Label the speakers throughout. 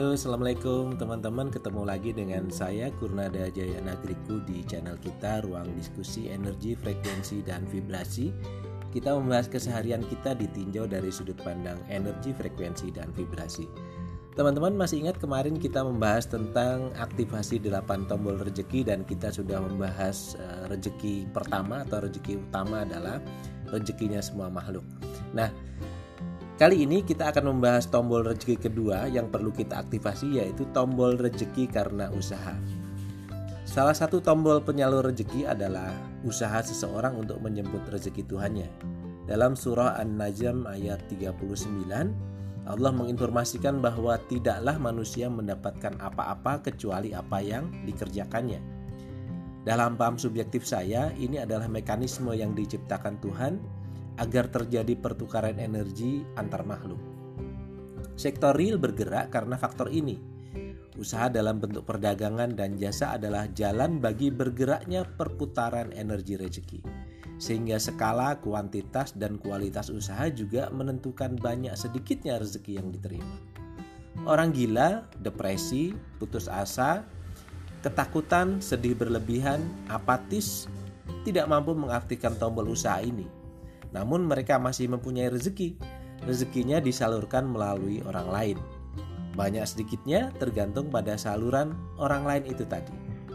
Speaker 1: Halo, Assalamualaikum teman-teman. Ketemu lagi dengan saya Kurnada Jaya Nagriku di channel kita Ruang Diskusi Energi, Frekuensi, dan Vibrasi. Kita membahas keseharian kita ditinjau dari sudut pandang energi, frekuensi, dan vibrasi. Teman-teman masih ingat kemarin kita membahas tentang aktivasi 8 tombol rezeki, dan kita sudah membahas rezeki pertama atau rezeki utama adalah rezekinya semua makhluk. Nah, kali ini kita akan membahas tombol rezeki kedua yang perlu kita aktivasi, yaitu tombol rezeki karena usaha. Salah satu tombol penyalur rezeki adalah usaha seseorang untuk menjemput rezeki Tuhannya. Dalam surah An-Najm ayat 39, Allah menginformasikan bahwa tidaklah manusia mendapatkan apa-apa kecuali apa yang dikerjakannya. Dalam paham subjektif saya, ini adalah mekanisme yang diciptakan Tuhan agar terjadi pertukaran energi antar makhluk. Sektor real bergerak karena faktor ini. Usaha dalam bentuk perdagangan dan jasa adalah jalan bagi bergeraknya perputaran energi rezeki. Sehingga skala, kuantitas, dan kualitas usaha juga menentukan banyak sedikitnya rezeki yang diterima. Orang gila, depresi, putus asa, ketakutan, sedih berlebihan, apatis, tidak mampu mengaktifkan tombol usaha ini. Namun mereka masih mempunyai rezeki. Rezekinya disalurkan melalui orang lain. Banyak sedikitnya tergantung pada saluran orang lain itu tadi.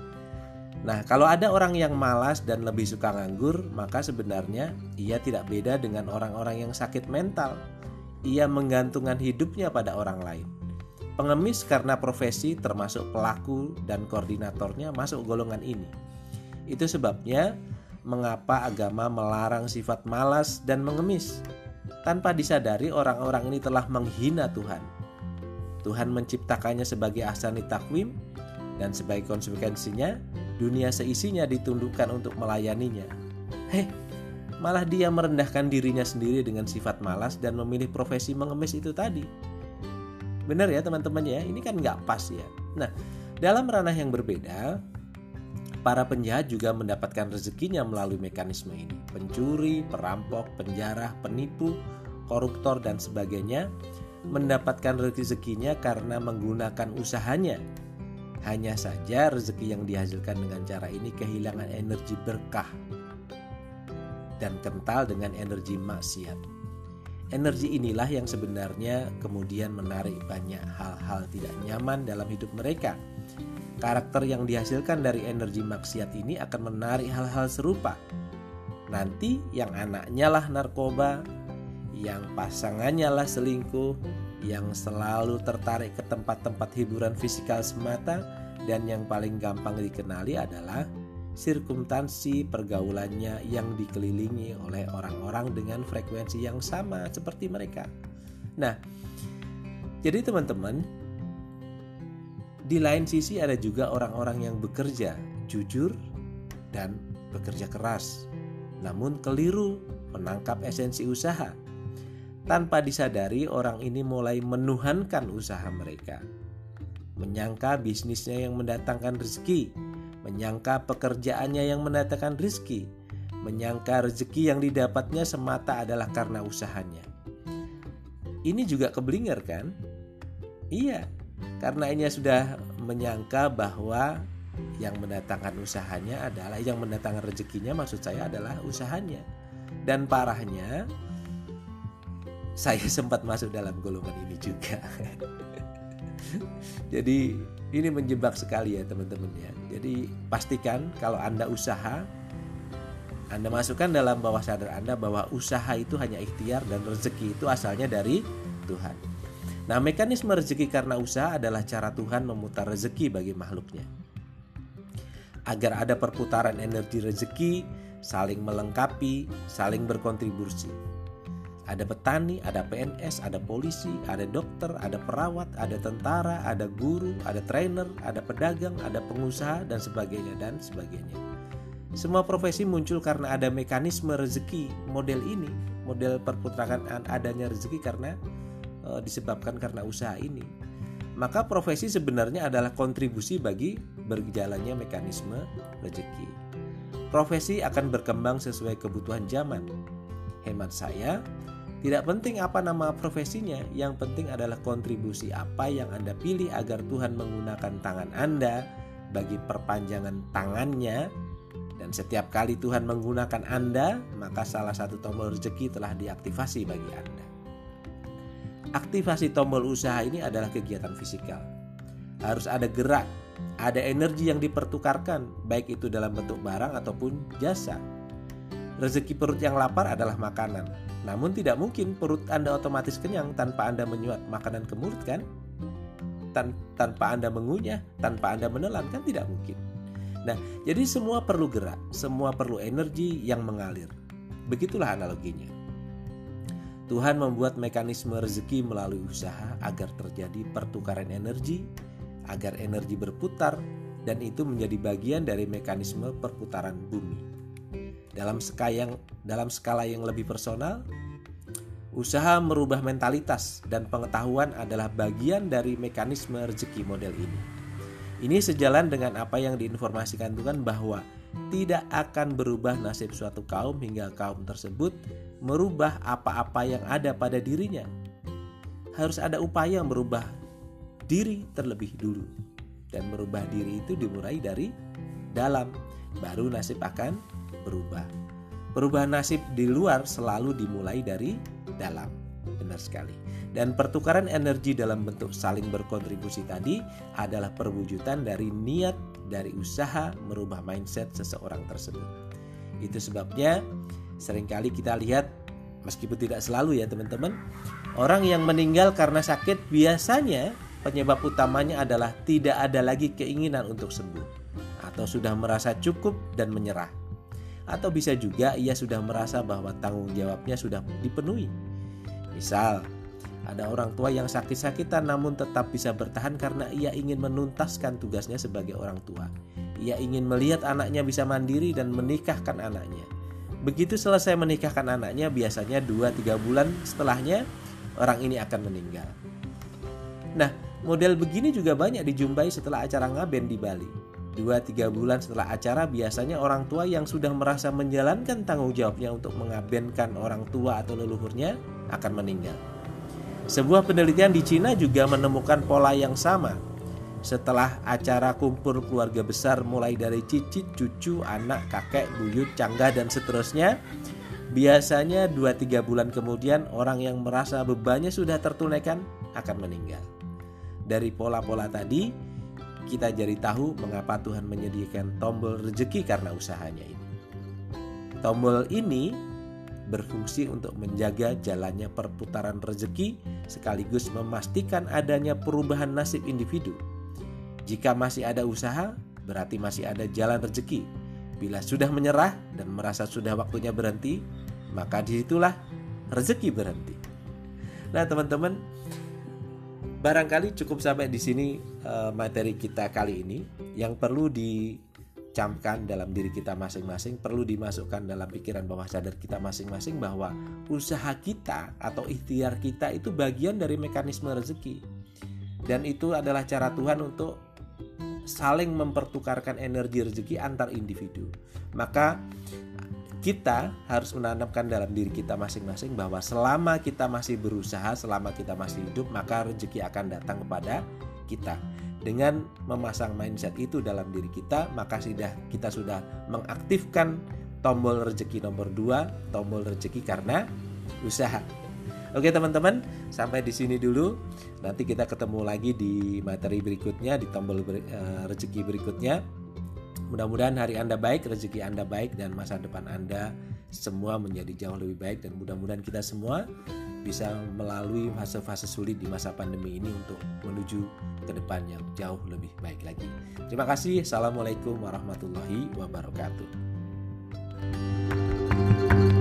Speaker 1: Nah, kalau ada orang yang malas dan lebih suka nganggur, maka sebenarnya ia tidak beda dengan orang-orang yang sakit mental. Ia menggantungkan hidupnya pada orang lain. Pengemis karena profesi termasuk pelaku dan koordinatornya masuk golongan ini. Itu sebabnya mengapa agama melarang sifat malas dan mengemis. Tanpa disadari orang-orang ini telah menghina Tuhan. Tuhan menciptakannya sebagai ahsani takwim, dan sebagai konsekuensinya dunia seisinya ditundukkan untuk melayaninya. Malah dia merendahkan dirinya sendiri dengan sifat malas dan memilih profesi mengemis itu tadi. Benar ya teman-teman ya, ini kan nggak pas ya. Nah, dalam ranah yang berbeda, para penjahat juga mendapatkan rezekinya melalui mekanisme ini. Pencuri, perampok, penjara, penipu, koruptor, dan sebagainya mendapatkan rezekinya karena menggunakan usahanya. Hanya saja rezeki yang dihasilkan dengan cara ini kehilangan energi berkah dan kental dengan energi maksiat. Energi inilah yang sebenarnya kemudian menarik banyak hal-hal tidak nyaman dalam hidup mereka. Karakter yang dihasilkan dari energi maksiat ini akan menarik hal-hal serupa. Nanti yang anaknya lah narkoba, yang pasangannya lah selingkuh, yang selalu tertarik ke tempat-tempat hiburan fisikal semata, dan yang paling gampang dikenali adalah sirkumstansi pergaulannya yang dikelilingi oleh orang-orang dengan frekuensi yang sama seperti mereka. Nah, jadi teman-teman, di lain sisi ada juga orang-orang yang bekerja jujur dan bekerja keras, namun keliru menangkap esensi usaha. Tanpa disadari, orang ini mulai menuhankan usaha mereka, menyangka bisnisnya yang mendatangkan rezeki, menyangka pekerjaannya yang mendatangkan rezeki, menyangka rezeki yang didapatnya semata adalah karena usahanya. Ini juga keblinger kan? Iya. Karena ini sudah menyangka bahwa yang mendatangkan usahanya adalah, yang mendatangkan rezekinya maksud saya adalah usahanya. Dan parahnya, saya sempat masuk dalam golongan ini juga. Jadi ini menjebak sekali ya teman-teman ya. Jadi pastikan kalau Anda usaha, Anda masukkan dalam bawah sadar Anda bahwa usaha itu hanya ikhtiar dan rezeki itu asalnya dari Tuhan. Nah, mekanisme rezeki karena usaha adalah cara Tuhan memutar rezeki bagi makhluknya. Agar ada perputaran energi rezeki, saling melengkapi, saling berkontribusi. Ada petani, ada PNS, ada polisi, ada dokter, ada perawat, ada tentara, ada guru, ada trainer, ada pedagang, ada pengusaha, dan sebagainya, dan sebagainya. Semua profesi muncul karena ada mekanisme rezeki model ini, model perputaran adanya rezeki karena disebabkan karena usaha ini. Maka profesi sebenarnya adalah kontribusi bagi berjalannya mekanisme rezeki. Profesi akan berkembang sesuai kebutuhan zaman. Hemat saya, Tidak penting apa nama profesinya, yang penting adalah kontribusi apa yang Anda pilih agar Tuhan menggunakan tangan Anda bagi perpanjangan tangannya. Dan setiap kali Tuhan menggunakan Anda, maka salah satu tombol rezeki telah diaktifasi bagi Anda. Aktivasi tombol usaha ini adalah kegiatan fisikal. Harus ada gerak, ada energi yang dipertukarkan, baik itu dalam bentuk barang ataupun jasa. Rezeki perut yang lapar adalah makanan. Namun tidak mungkin perut Anda otomatis kenyang tanpa Anda menyuap makanan ke mulut, kan? Tanpa Anda mengunyah, tanpa Anda menelan, kan tidak mungkin. Nah, jadi semua perlu gerak, semua perlu energi yang mengalir. Begitulah analoginya. Tuhan membuat mekanisme rezeki melalui usaha agar terjadi pertukaran energi, agar energi berputar, dan itu menjadi bagian dari mekanisme perputaran bumi. Dalam skala yang lebih personal, usaha merubah mentalitas dan pengetahuan adalah bagian dari mekanisme rezeki model ini. Ini sejalan dengan apa yang diinformasikan Tuhan bahwa tidak akan berubah nasib suatu kaum hingga kaum tersebut merubah apa-apa yang ada pada dirinya. Harus ada upaya merubah diri terlebih dulu. Dan merubah diri itu dimulai dari dalam, baru nasib akan berubah. Perubahan nasib di luar selalu dimulai dari dalam. Benar sekali. Dan pertukaran energi dalam bentuk saling berkontribusi tadi adalah perwujudan dari niat dari usaha merubah mindset seseorang tersebut. Itu sebabnya seringkali kita lihat, meskipun tidak selalu ya teman-teman, orang yang meninggal karena sakit biasanya penyebab utamanya adalah tidak ada lagi keinginan untuk sembuh, atau sudah merasa cukup dan menyerah. Atau bisa juga ia sudah merasa bahwa tanggung jawabnya sudah dipenuhi. Misal, ada orang tua yang sakit-sakitan namun tetap bisa bertahan karena ia ingin menuntaskan tugasnya sebagai orang tua. Ia ingin melihat anaknya bisa mandiri dan menikahkan anaknya. Begitu selesai menikahkan anaknya, biasanya 2-3 bulan setelahnya orang ini akan meninggal. Nah, model begini juga banyak dijumpai setelah acara ngaben di Bali. 2-3 bulan setelah acara biasanya orang tua yang sudah merasa menjalankan tanggung jawabnya untuk mengabenkan orang tua atau leluhurnya akan meninggal. Sebuah penelitian di Cina juga menemukan pola yang sama. Setelah acara kumpul keluarga besar mulai dari cicit, cucu, anak, kakek, buyut, cangga dan seterusnya, biasanya 2-3 bulan kemudian orang yang merasa bebannya sudah tertunaikan akan meninggal. Dari pola-pola tadi, kita jadi tahu mengapa Tuhan menyediakan tombol rezeki karena usahanya ini. Tombol ini berfungsi untuk menjaga jalannya perputaran rezeki sekaligus memastikan adanya perubahan nasib individu. Jika masih ada usaha, berarti masih ada jalan rezeki. Bila sudah menyerah dan merasa sudah waktunya berhenti, maka disitulah rezeki berhenti. Nah teman-teman, barangkali cukup sampai di sini materi kita kali ini. Yang perlu dicamkan dalam diri kita masing-masing, perlu dimasukkan dalam pikiran bawah sadar kita masing-masing bahwa usaha kita atau ikhtiar kita itu bagian dari mekanisme rezeki. Dan itu adalah cara Tuhan untuk saling mempertukarkan energi rezeki antar individu. Maka kita harus menanamkan dalam diri kita masing-masing bahwa selama kita masih berusaha, selama kita masih hidup, maka rezeki akan datang kepada kita. Dengan memasang mindset itu dalam diri kita, maka kita sudah mengaktifkan tombol rezeki nomor 2, tombol rezeki karena usaha. Oke teman-teman, sampai di sini dulu. Nanti kita ketemu lagi di materi berikutnya, di tombol rezeki berikutnya. Mudah-mudahan hari Anda baik, rezeki Anda baik, dan masa depan Anda semua menjadi jauh lebih baik. Dan mudah-mudahan kita semua bisa melalui fase-fase sulit di masa pandemi ini untuk menuju ke depan yang jauh lebih baik lagi. Terima kasih. Assalamualaikum warahmatullahi wabarakatuh.